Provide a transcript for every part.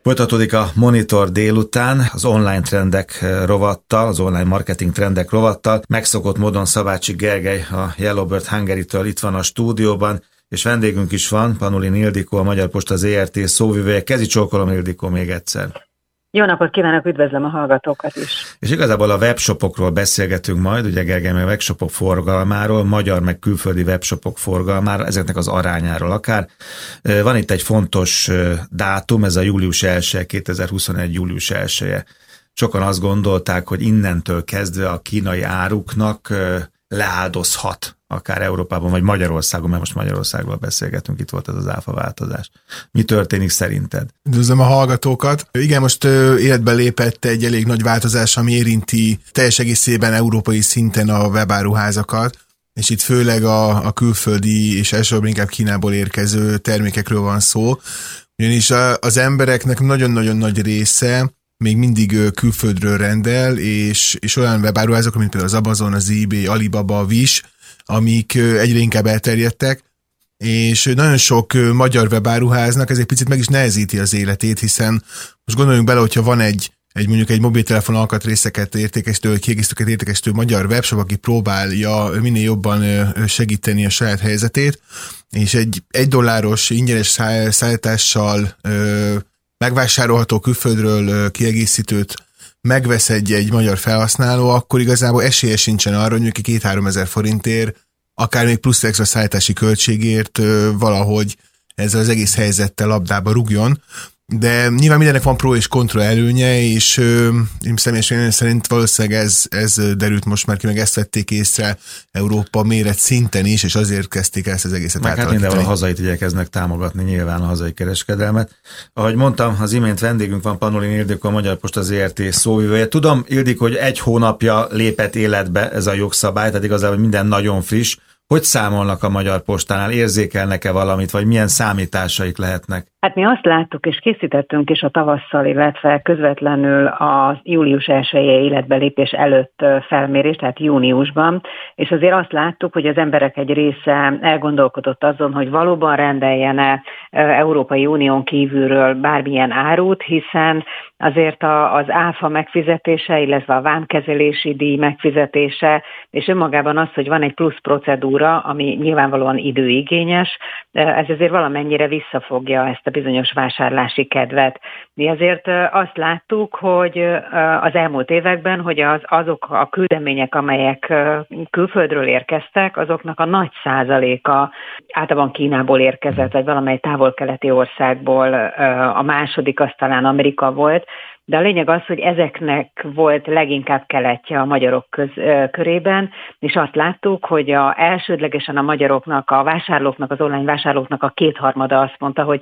Folytatódik a Monitor délután az online trendek rovattal, az online marketing trendek rovattal. Megszokott módon Szabácsy Gergely a Yellowbird Hungary-től itt van a stúdióban, és vendégünk is van, Panulin Ildikó, a Magyar Posta Zrt. Szóvivője. Kezi csókolom, Ildikó, még egyszer. Jó napot kívánok, üdvözlöm a hallgatókat is. És igazából a webshopokról beszélgetünk majd, ugye Gergely, meg a webshopok forgalmáról, magyar meg külföldi webshopok forgalmáról, ezeknek az arányáról akár. Van itt egy fontos dátum, ez a július 1, 2021. július 1-e. Sokan azt gondolták, hogy innentől kezdve a kínai áruknak leáldozhat, akár Európában, vagy Magyarországon, mert most Magyarországról beszélgetünk, itt volt ez az áfa változás. Mi történik szerinted? Üdvözlöm a hallgatókat. Igen, most életbe lépett egy elég nagy változás, ami érinti teljes egészében európai szinten a webáruházakat, és itt főleg a külföldi és elsősorban inkább Kínából érkező termékekről van szó, ugyanis az embereknek nagyon-nagyon nagy része még mindig külföldről rendel, és olyan webáruházak, mint például az Amazon, az eBay, Alibaba, a Wish, amik egyre inkább elterjedtek, és nagyon sok magyar webáruháznak ez egy picit meg is nehezíti az életét, hiszen most gondoljunk bele, hogyha van mondjuk egy mobiltelefon alkatrészeket értékesítő, vagy kiegészítőket értékesítő magyar webshop, aki próbálja minél jobban segíteni a saját helyzetét, és egy $1 ingyenes szállítással megvásárolható külföldről kiegészítőt megvesz egy magyar felhasználó, akkor igazából esélye sincsen arra, hogy 2-3 ezer forintért, akár még plusz extra szállítási költségért valahogy ezzel az egész helyzettel labdába rúgjon. De nyilván mindennek van pro és kontra előnye, és én személyesen szerint valószínűleg ez derült most már ki, meg ezt vették észre Európa méret szinten is, és azért kezdték ezt az egészet átalakítani. Hát mindenhol a hazait igyekeznek támogatni, nyilván a hazai kereskedelmet. Ahogy mondtam, az imént vendégünk van, Panulin Ildikó, a Magyar Posta Zrt. Szóvivője. Tudom, Ildikó, hogy 1 hónapja lépett életbe ez a jogszabály, tehát igazából minden nagyon friss. Hogy számolnak a Magyar Postánál? Érzékelnek-e valamit, vagy milyen számításaik lehetnek? Hát mi azt láttuk, és készítettünk is a tavasszal, illetve közvetlenül a július 1-i életbelépés előtt felmérést, tehát júniusban, és azért azt láttuk, hogy az emberek egy része elgondolkodott azon, hogy valóban rendeljen-e Európai Unión kívülről bármilyen árut, hiszen azért az áfa megfizetése, illetve a vámkezelési díj megfizetése, és önmagában az, hogy van egy plusz procedúra, ami nyilvánvalóan időigényes, ez azért valamennyire visszafogja ezt a bizonyos vásárlási kedvet. Mi azért azt láttuk, hogy az elmúlt években, hogy azok a küldemények, amelyek külföldről érkeztek, azoknak a nagy százaléka általában Kínából érkezett, vagy valamely távol-keleti országból, a második az talán Amerika volt, de a lényeg az, hogy ezeknek volt leginkább keletje a magyarok körében, és azt láttuk, hogy elsődlegesen a magyaroknak, a vásárlóknak, az online vásárlóknak a 2/3 azt mondta, hogy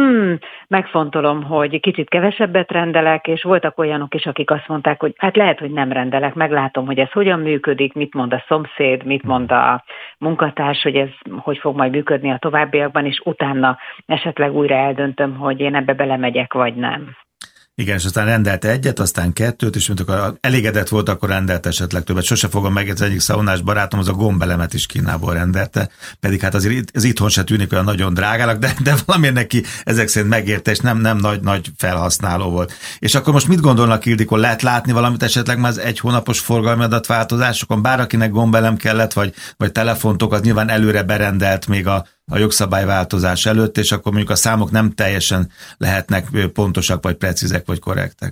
megfontolom, hogy kicsit kevesebbet rendelek, és voltak olyanok is, akik azt mondták, hogy hát lehet, hogy nem rendelek, meglátom, hogy ez hogyan működik, mit mond a szomszéd, mit mond a munkatárs, hogy ez hogy fog majd működni a továbbiakban, és utána esetleg újra eldöntöm, hogy én ebbe belemegyek, vagy nem. Igen, és aztán rendelte 1, aztán 2, és mint akkor elégedett volt, akkor rendelt esetleg többet. Sose fogom megérteni, az egyik szaunás barátom az a gombelemet is Kínából rendelte, pedig hát azért ez itthon se tűnik olyan nagyon drágának, de valamiért neki ezek szerint megérte, és nem nagy felhasználó volt. És akkor most mit gondolnak, Ildikó, lehet látni valamit esetleg már az 1 hónapos forgalmi adatváltozásokon, bár akinek gombelem kellett, vagy telefontok, az nyilván előre berendelt még a jogszabályváltozás előtt, és akkor mondjuk a számok nem teljesen lehetnek pontosak, vagy precízek, vagy korrektek.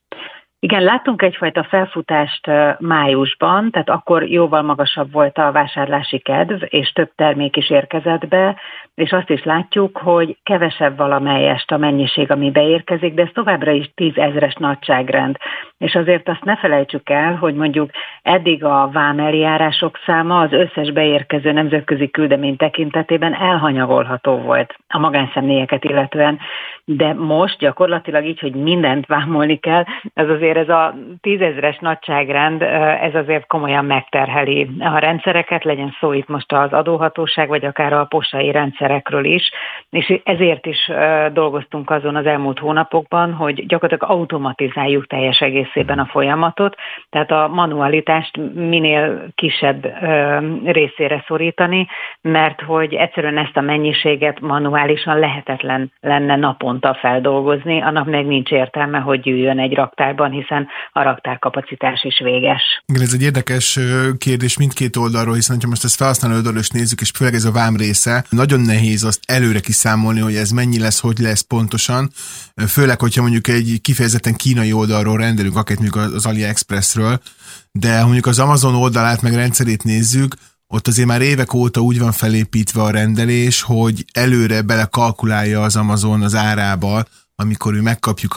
Igen, láttunk egyfajta felfutást májusban, tehát akkor jóval magasabb volt a vásárlási kedv, és több termék is érkezett be, és azt is látjuk, hogy kevesebb valamelyest a mennyiség, ami beérkezik, de ez továbbra is 10 000-es nagyságrend. És azért azt ne felejtsük el, hogy mondjuk eddig a vámeljárások száma az összes beérkező nemzetközi küldemény tekintetében elhanyagolható volt a magánszemélyeket illetően, de most gyakorlatilag így, hogy mindent vámolni kell, ez azért azért ez a 10 000-es nagyságrend, ez azért komolyan megterheli a rendszereket, legyen szó itt most az adóhatóság, vagy akár a postai rendszerekről is, és ezért is dolgoztunk azon az elmúlt hónapokban, hogy gyakorlatilag automatizáljuk teljes egészében a folyamatot, tehát a manualitást minél kisebb részére szorítani, mert hogy egyszerűen ezt a mennyiséget manuálisan lehetetlen lenne naponta feldolgozni, annak meg nincs értelme, hogy gyűjjön egy raktárban, hiszen a raktárkapacitás is véges. Igen, ez egy érdekes kérdés mindkét oldalról, hiszen ha most ezt felhasználó oldalról is nézzük, és főleg ez a vám része, nagyon nehéz azt előre kiszámolni, hogy ez mennyi lesz, hogy lesz pontosan, főleg, hogyha mondjuk egy kifejezetten kínai oldalról rendelünk, akár mondjuk az AliExpressről, de mondjuk az Amazon oldalát meg rendszerét nézzük, ott azért már évek óta úgy van felépítve a rendelés, hogy előre belekalkulálja az Amazon az árába, amikor mi megkapjuk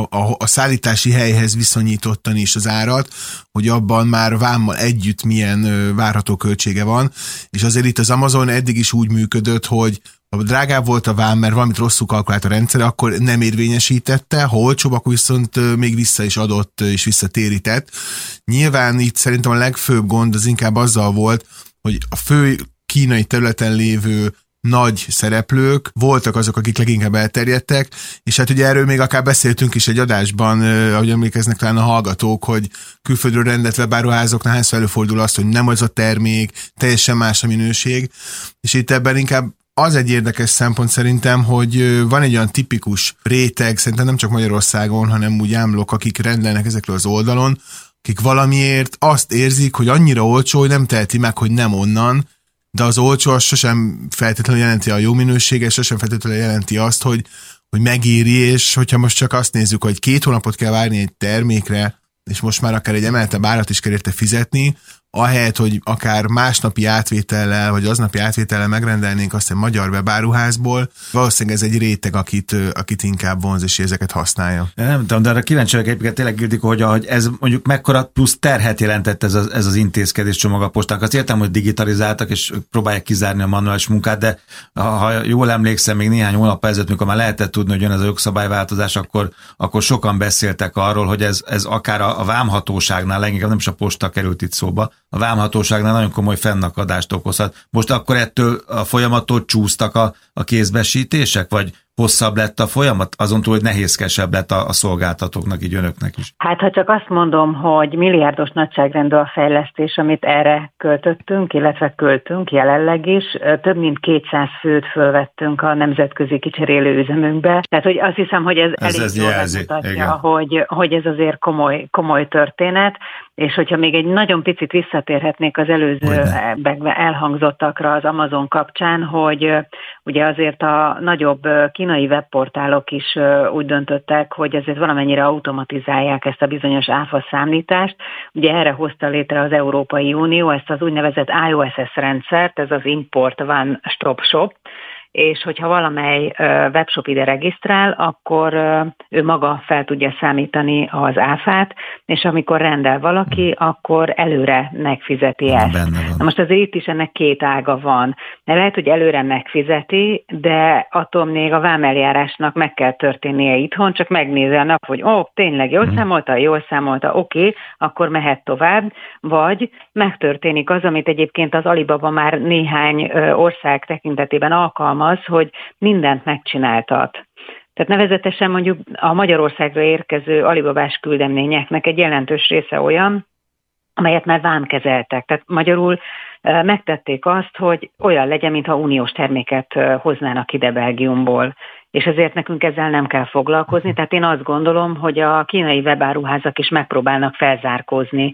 a szállítási helyhez viszonyítottan is az árat, hogy abban már vámmal együtt milyen várható költsége van, és azért itt az Amazon eddig is úgy működött, hogy ha drágább volt a vám, mert valamit rosszul kalkulált a rendszer, akkor nem érvényesítette, ha olcsóbb, akkor viszont még vissza is adott és visszatérített. Nyilván itt szerintem a legfőbb gond az inkább azzal volt, hogy a fő kínai területen lévő nagy szereplők voltak azok, akik leginkább elterjedtek, és hát ugye erről még akár beszéltünk is egy adásban, ahogy emlékeznek talán a hallgatók, hogy külföldről rendelt webáruházoknál hányszor előfordul az, hogy nem az a termék, teljesen más a minőség, és itt ebben inkább az egy érdekes szempont szerintem, hogy van egy olyan tipikus réteg, szerintem nem csak Magyarországon, hanem úgy ámlok, akik rendelnek ezekről az oldalon, akik valamiért azt érzik, hogy annyira olcsó, hogy nem teheti meg, hogy nem onnan, de az olcsó az sosem feltétlenül jelenti a jó minőséget, sosem feltétlenül jelenti azt, hogy megéri, és hogyha most csak azt nézzük, hogy 2 hónapot kell várni egy termékre, és most már akár egy emeltebb árat is kell érte fizetni, ahelyett, hogy akár másnapi átvétellel, vagy aznapi átvétellel megrendelnénk azt egy magyar webáruházból, valószínűleg ez egy réteg, akit inkább vonz, és ezeket használja. Nem tudom, de arra kíváncsi vagyok egyébként tényleg, Ildikó, hogy ez mondjuk mekkora plusz terhet jelentett ez az intézkedés csomag a postának. Azt értem, hogy digitalizáltak, és próbálják kizárni a manuális munkát, de ha jól emlékszem, még néhány hónap ezelőtt, mikor már lehetett tudni, hogy jön ez a jogszabályváltozás, akkor sokan beszéltek arról, hogy ez akár a vámhatóságnál, leginkább nem is a posta került itt szóba, a vámhatóságnál nagyon komoly fennakadást okozhat. Most akkor ettől a folyamattól csúsztak a kézbesítések, vagy hosszabb lett a folyamat, azon túl, hogy nehézkesebb lett a szolgáltatóknak, így önöknek is? Hát, ha csak azt mondom, hogy milliárdos nagyságrendű a fejlesztés, amit erre költöttünk, illetve költünk jelenleg is, több mint 200 főt fölvettünk a nemzetközi kicserélő üzemünkbe. Tehát, hogy azt hiszem, hogy ez elég jól mutatja, hogy ez azért komoly történet, és hogyha még egy nagyon picit visszatérhetnék az előző elhangzottakra az Amazon kapcsán, hogy ugye azért a nagyobb kínai webportálok is úgy döntöttek, hogy ezért valamennyire automatizálják ezt a bizonyos áfa számítást. Ugye erre hozta létre az Európai Unió ezt az úgynevezett IOSS rendszert, ez az Import One Stop Shop, és hogyha valamely webshop ide regisztrál, akkor ő maga fel tudja számítani az áfát, és amikor rendel valaki, akkor előre megfizeti ezt. Na most azért itt is ennek 2 ága van. Mert lehet, hogy előre megfizeti, de attól még a vámeljárásnak meg kell történnie itthon, csak megnézi a nap, hogy tényleg jól számolta, oké, akkor mehet tovább, vagy megtörténik az, amit egyébként az Alibaba már néhány ország tekintetében alkalmaz, hogy mindent megcsináltat. Tehát nevezetesen mondjuk a Magyarországra érkező alibabás küldeményeknek egy jelentős része olyan, amelyet már vámkezeltek. Tehát magyarul megtették azt, hogy olyan legyen, mintha uniós terméket hoznának ide Belgiumból. És ezért nekünk ezzel nem kell foglalkozni. Tehát én azt gondolom, hogy a kínai webáruházak is megpróbálnak felzárkózni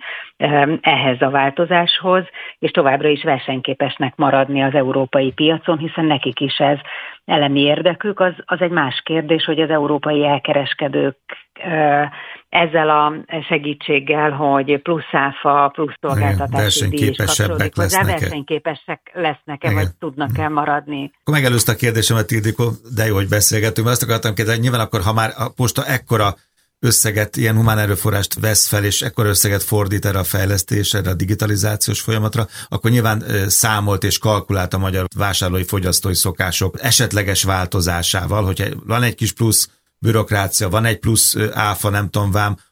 ehhez a változáshoz, és továbbra is versenyképesnek maradni az európai piacon, hiszen nekik is ez elemi érdekük. Az egy más kérdés, hogy az európai elkereskedők ezzel a segítséggel, hogy plusz áfa, plusz szolgáltatási díj is kapcsolódik hozzá, versenyképesek lesznek-e, vagy tudnak-e maradni. Akkor megelőzte a kérdésemet, Ildikó, de jó, hogy beszélgetünk, mert azt akartam kérdezni, nyilván akkor, ha már a posta ekkora összeget, ilyen humán erőforrást vesz fel, és ekkora összeget fordít erre a fejlesztésre, erre a digitalizációs folyamatra, akkor nyilván számolt és kalkulált a magyar vásárlói fogyasztói szokások esetleges változásával, hogyha van egy kis plusz bürokrácia, van egy plusz áfa, nem tudom, vám,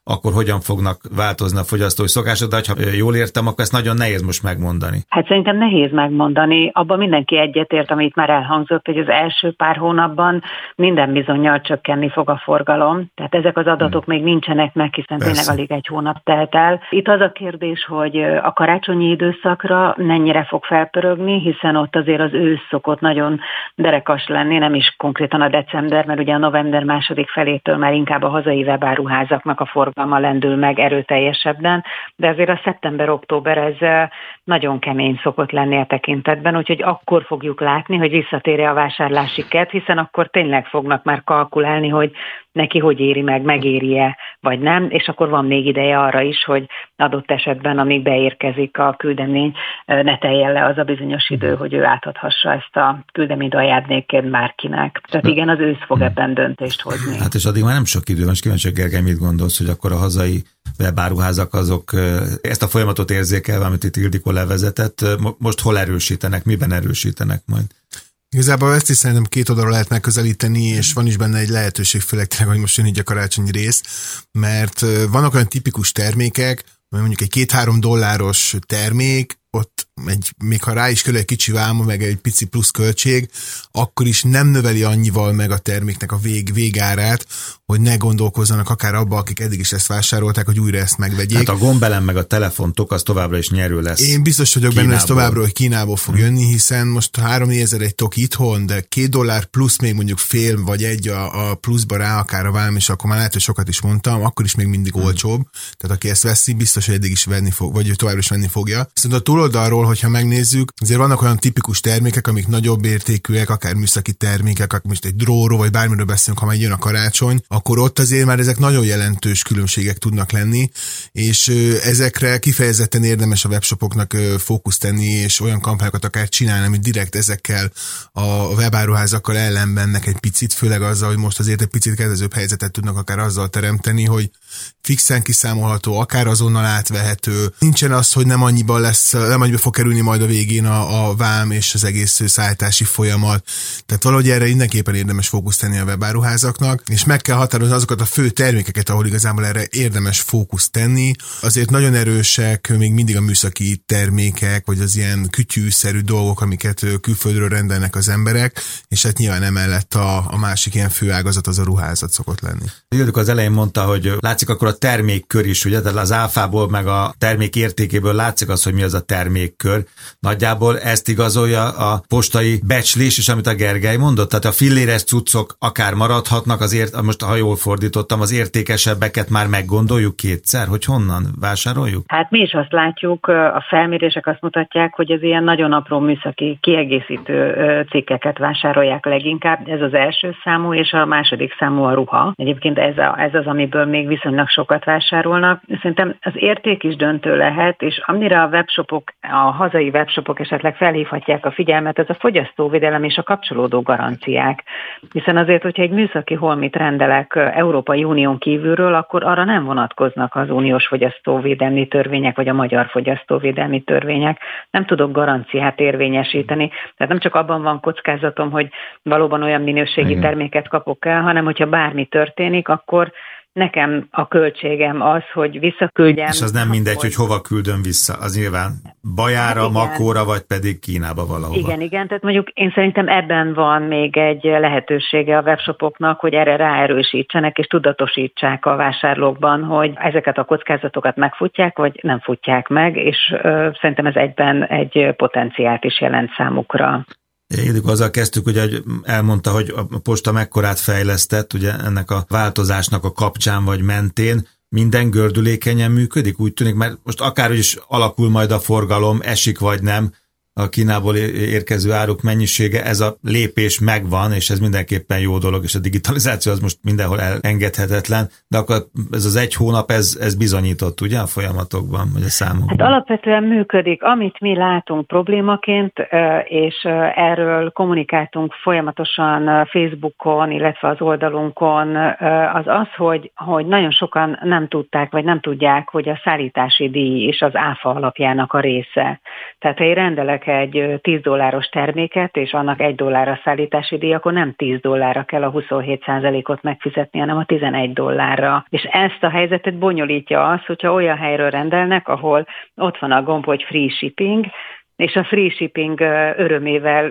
akkor hogyan fognak változni a fogyasztói szokások, de ha jól értem, akkor ezt nagyon nehéz most megmondani. Hát szerintem nehéz megmondani. Abban mindenki egyetért, amit már elhangzott, hogy az első pár hónapban minden bizonnyal csökkenni fog a forgalom. Tehát ezek az adatok még nincsenek meg, hiszen tényleg alig egy hónap telt el. Itt az a kérdés, hogy a karácsonyi időszakra mennyire fog felpörögni, hiszen ott azért az ősz szokott nagyon derekas lenni, nem is konkrétan a december, mert ugye a november második felétől már inkább a hazai webáruházaknak a forgalma lendül meg erőteljesebben, de azért a szeptember-október ez nagyon kemény szokott lenni a tekintetben, úgyhogy akkor fogjuk látni, hogy visszatér a vásárlási kedv, hiszen akkor tényleg fognak már kalkulálni, hogy neki hogy éri meg, megéri-e, vagy nem, és akkor van még ideje arra is, hogy adott esetben, amíg beérkezik a küldemény, ne teljen le az a bizonyos idő, hogy ő átadhassa ezt a küldeményt ajándékként bárkinek. Tehát igen, az ősz fog ebben döntést hozni. Hát és addig már nem sok idő van, és kíváncsi, Gergely, mit gondolsz, hogy akkor a hazai webáruházak azok ezt a folyamatot érzékelve, amit itt Ildikó levezetett, most hol erősítenek, miben erősítenek majd? Igazából ezt is szerintem két oldalról lehet megközelíteni, és van is benne egy lehetőség, főleg tényleg, hogy most jön így a karácsonyi rész, mert vannak olyan tipikus termékek, mondjuk egy $2-3 termék, ott még ha rá is kerül egy kicsi váma, meg egy pici plusz költség, akkor is nem növeli annyival meg a terméknek a végárát, hogy ne gondolkozzanak akár abba, akik eddig is ezt vásárolták, hogy újra ezt megvegyék. Hát a gombelem meg a telefontok az továbbra is nyerő lesz. Én biztos vagyok benne, hogy továbbra, hogy Kínából fog jönni, hiszen most 3-4 ezer egy tok itthon, de $2 plusz még mondjuk fél vagy egy a pluszba rá akár a vám, és akkor már lehet, hogy sokat is mondtam, akkor is még mindig olcsóbb. Tehát aki ezt veszi, biztos, hogy eddig is venni fog, vagy továbbra is venni fogja. Viszont a túloldalról, hogyha megnézzük, azért vannak olyan tipikus termékek, amik nagyobb értékűek, akár műszaki termékek, most egy dróról, vagy bármiről beszélünk, ha megjön a karácsony, akkor ott azért már ezek nagyon jelentős különbségek tudnak lenni, és ezekre kifejezetten érdemes a webshopoknak fókusz tenni, és olyan kampányokat akár csinálni, amit direkt ezekkel a webáruházakkal ellenbennek egy picit, főleg azzal, hogy most azért egy picit kedvezőbb helyzetet tudnak akár azzal teremteni, hogy fixen kiszámolható, akár azonnal átvehető. Nincsen az, hogy nem annyiban fog kerülni majd a végén a vám és az egész szállítási folyamat. Tehát valahogy erre mindenképpen érdemes fókusz tenni a webáruházaknak, és meg kell határozni azokat a fő termékeket, ahol igazából erre érdemes fókusz tenni. Azért nagyon erősek még mindig a műszaki termékek, vagy az ilyen kütyűszerű dolgok, amiket külföldről rendelnek az emberek, és hát nyilván emellett a másik ilyen fő ágazat az a ruházat szokott lenni. Ildikó az elején mondta, hogy látszik akkor a termékkör is, ugye? Tehát az áfából meg a termék értékéből látszik az, hogy mi az a termékkör. Nagyjából ezt igazolja a postai becslés is, amit a Gergely mondott. Tehát a filléres cuccok akár maradhatnak, azért, most ha jól fordítottam, az értékesebbeket már meggondoljuk kétszer, hogy honnan vásároljuk? Hát mi is azt látjuk, a felmérések azt mutatják, hogy az ilyen nagyon apró műszaki kiegészítő cikkeket vásárolják leginkább. Ez az első számú, és a második számú a ruha. Egyébként ez az, amiből még viszonylag sokat vásárolnak. Szerintem az érték is döntő lehet, és amire a webshopok, a hazai webshopok esetleg felhívhatják a figyelmet, ez a fogyasztóvédelem és a kapcsolódó garanciák. Hiszen azért, hogyha egy műszaki holmit rendelek Európai Unión kívülről, akkor arra nem vonatkoznak az uniós fogyasztóvédelmi törvények, vagy a magyar fogyasztóvédelmi törvények. Nem tudok garanciát érvényesíteni. Tehát nem csak abban van kockázatom, hogy valóban olyan minőségi terméket kapok el, hanem hogyha bármi történik, akkor nekem a költségem az, hogy visszaküldjem. És az nem mindegy, hogy hova küldöm vissza. Az nyilván Bajára, Makóra, vagy pedig Kínába valahova. Igen. Tehát mondjuk én szerintem ebben van még egy lehetősége a webshopoknak, hogy erre ráerősítsenek, és tudatosítsák a vásárlókban, hogy ezeket a kockázatokat megfutják, vagy nem futják meg, és szerintem ez egyben egy potenciált is jelent számukra. Ildikó, azzal kezdtük, ugye, hogy elmondta, hogy a posta mekkorát fejlesztett, ugye ennek a változásnak a kapcsán vagy mentén. Minden gördülékenyen működik, úgy tűnik, mert most akárhogy is alakul majd a forgalom, esik vagy nem, a Kínából érkező áruk mennyisége, ez a lépés megvan, és ez mindenképpen jó dolog, és a digitalizáció az most mindenhol elengedhetetlen, de akkor ez az egy hónap, ez bizonyított, ugye, a folyamatokban, vagy a számokban? Hát alapvetően működik. Amit mi látunk problémaként, és erről kommunikáltunk folyamatosan Facebookon, illetve az oldalunkon, az, hogy nagyon sokan nem tudták, vagy nem tudják, hogy a szállítási díj és az áfa alapjának a része. Tehát ha én rendelek egy $10 terméket, és annak $1 a szállítási díj, akkor nem $10 kell a 27%-ot megfizetni, hanem a $11. És ezt a helyzetet bonyolítja az, hogyha olyan helyről rendelnek, ahol ott van a gomb, hogy free shipping, és a free shipping örömével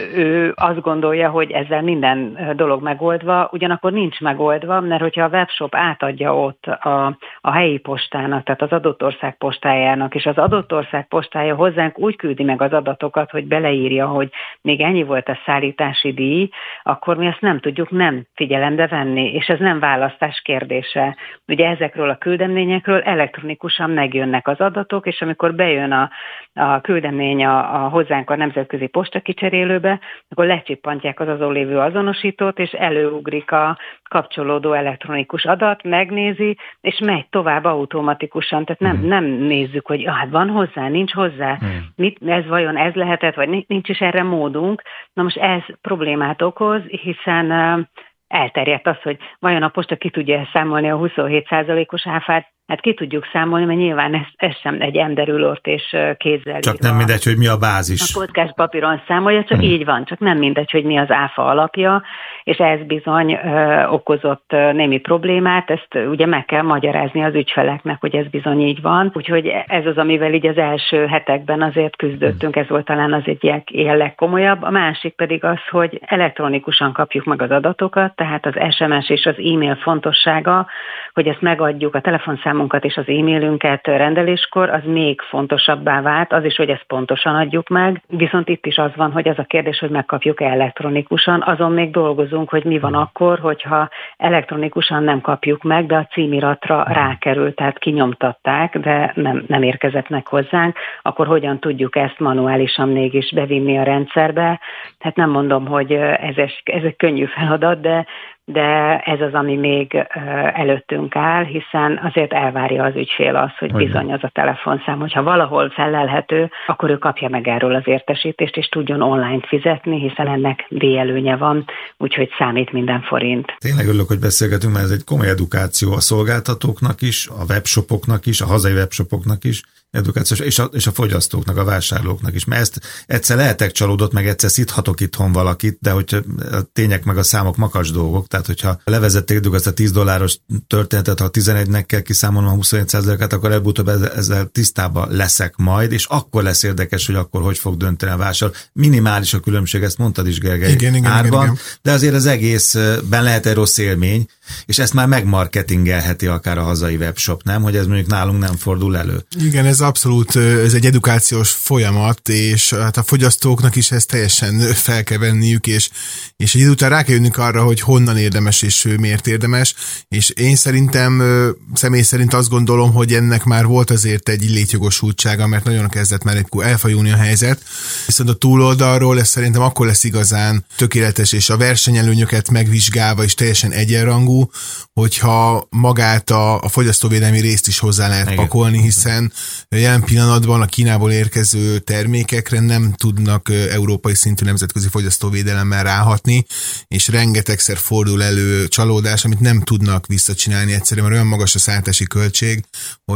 ő azt gondolja, hogy ezzel minden dolog megoldva, ugyanakkor nincs megoldva, mert hogyha a webshop átadja ott a helyi postának, tehát az adott ország postájának, és az adott ország postája hozzánk úgy küldi meg az adatokat, hogy beleírja, hogy még ennyi volt a szállítási díj, akkor mi ezt nem tudjuk nem figyelembe venni, és ez nem választás kérdése. Ugye ezekről a küldeményekről elektronikusan megjönnek az adatok, és amikor bejön a küldeménye a hozzánk a nemzetközi postakicserélőbe, akkor lecsippantják az azon lévő azonosítót, és előugrik a kapcsolódó elektronikus adat, megnézi, és megy tovább automatikusan. Tehát nem nézzük, hogy hát van hozzá, nincs hozzá, ez vajon ez lehetett, vagy nincs is erre módunk. Na most ez problémát okoz, hiszen elterjedt az, hogy vajon a posta ki tudja számolni a 27%-os áfát. Hát ki tudjuk számolni, mert nyilván ez sem egy emberülort és kézzel. Csak nem mindegy, hogy mi a bázis. A kockás papíron számolja, csak így van, csak nem mindegy, hogy mi az áfa alapja, és ez bizony okozott némi problémát, ezt ugye meg kell magyarázni az ügyfeleknek, hogy ez bizony így van. Úgyhogy ez az, amivel így az első hetekben azért küzdöttünk, ez volt talán az egy ilyen legkomolyabb. A másik pedig az, hogy elektronikusan kapjuk meg az adatokat, tehát az SMS és az e-mail fontossága, hogy ezt megadjuk a telefonszámunkat és az e-mailünket rendeléskor, az még fontosabbá vált, az is, hogy ezt pontosan adjuk meg, viszont itt is az van, hogy az a kérdés, hogy megkapjuk elektronikusan, azon még dolgozunk, hogy mi van akkor, hogyha elektronikusan nem kapjuk meg, de a címiratra rákerült, tehát kinyomtatták, de nem érkezett meg hozzánk, akkor hogyan tudjuk ezt manuálisan mégis bevinni a rendszerbe. Tehát nem mondom, hogy ez egy könnyű feladat, de ez az, ami még előttünk áll, hiszen azért elvárja az ügyfél azt, hogy bizony az a telefonszám, hogyha valahol felelhető, akkor ő kapja meg erről az értesítést, és tudjon online fizetni, hiszen ennek díjelőnye van, úgyhogy számít minden forint. Tényleg örülök, hogy beszélgetünk, mert ez egy komoly edukáció a szolgáltatóknak is, a webshopoknak is, a hazai webshopoknak is, edukációs, és a fogyasztóknak, a vásárlóknak is. Mert ezt egyszer lehetek csalódott, meg egyszer szithatok itthon valakit, de hogy a tények meg a számok makacs dolgok, tehát hogyha levezették azt a $10 történetet, ha 11-nek kell kiszámolnom a 27%-át, akkor előbb-utóbb ezzel tisztában leszek majd, és akkor lesz érdekes, hogy akkor hogy fog dönteni a vásárló. Minimális a különbség, ezt mondtad is, Gergely, igen, árban, igen. De azért az egészben lehet egy rossz élmény, és ezt már megmarketingelheti akár a hazai webshop, nem? Hogy ez mondjuk nálunk nem fordul elő. Igen, ez abszolút, ez egy edukációs folyamat, és hát a fogyasztóknak is ezt teljesen fel kell venniük, és egy idő után rá kell jönnünk arra, hogy honnan érdemes és miért érdemes, és én szerintem, személy szerint azt gondolom, hogy ennek már volt azért egy létjogosultsága, mert nagyon kezdett már elfajulni a helyzet, viszont a túloldalról ez szerintem akkor lesz igazán tökéletes, és a versenyelőnyöket megvizsgálva és teljesen egyenrangú, hogyha magát a fogyasztóvédelmi részt is hozzá lehet pakolni, hiszen jelen pillanatban a Kínából érkező termékekre nem tudnak európai szintű nemzetközi fogyasztóvédelemmel ráhatni, és rengetegszer fordul elő csalódás, amit nem tudnak visszacsinálni egyszerűen, mert olyan magas a szállítási költség,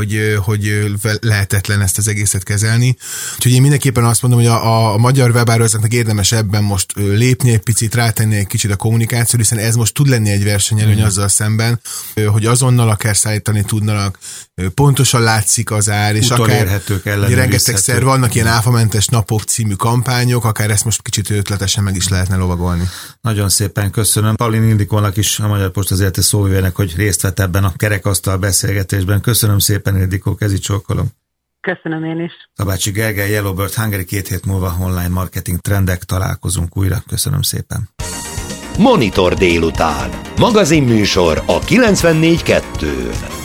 hogy lehetetlen ezt az egészet kezelni. Úgyhogy én mindenképpen azt mondom, hogy a magyar webáruházaknak érdemes ebben most lépni egy picit, rátenni egy kicsit a kommunikációt, hiszen ez most tud lenni egy versenyelőny azzal szemben, hogy azonnal akár szállítani tudnak, pontosan látszik az ár, és akár rengetegszer vannak ilyen áfamentes napok című kampányok, akár ezt most kicsit ötletesen meg is lehetne lovagolni. Nagyon szépen köszönöm Paulin Ildikónak is, a Magyar Posta ZRT szóvivőnek, hogy részt vett ebben a kerekasztal beszélgetésben. Köszönöm szépen, Ildikó, kezi csókolom. Köszönöm én is. Szabácsi Gergely, Yellowbird Hungary, 2 hét múlva online marketing trendek, találkozunk újra. Köszönöm szépen. Monitor délután. Magazinműsor a 94.2-n.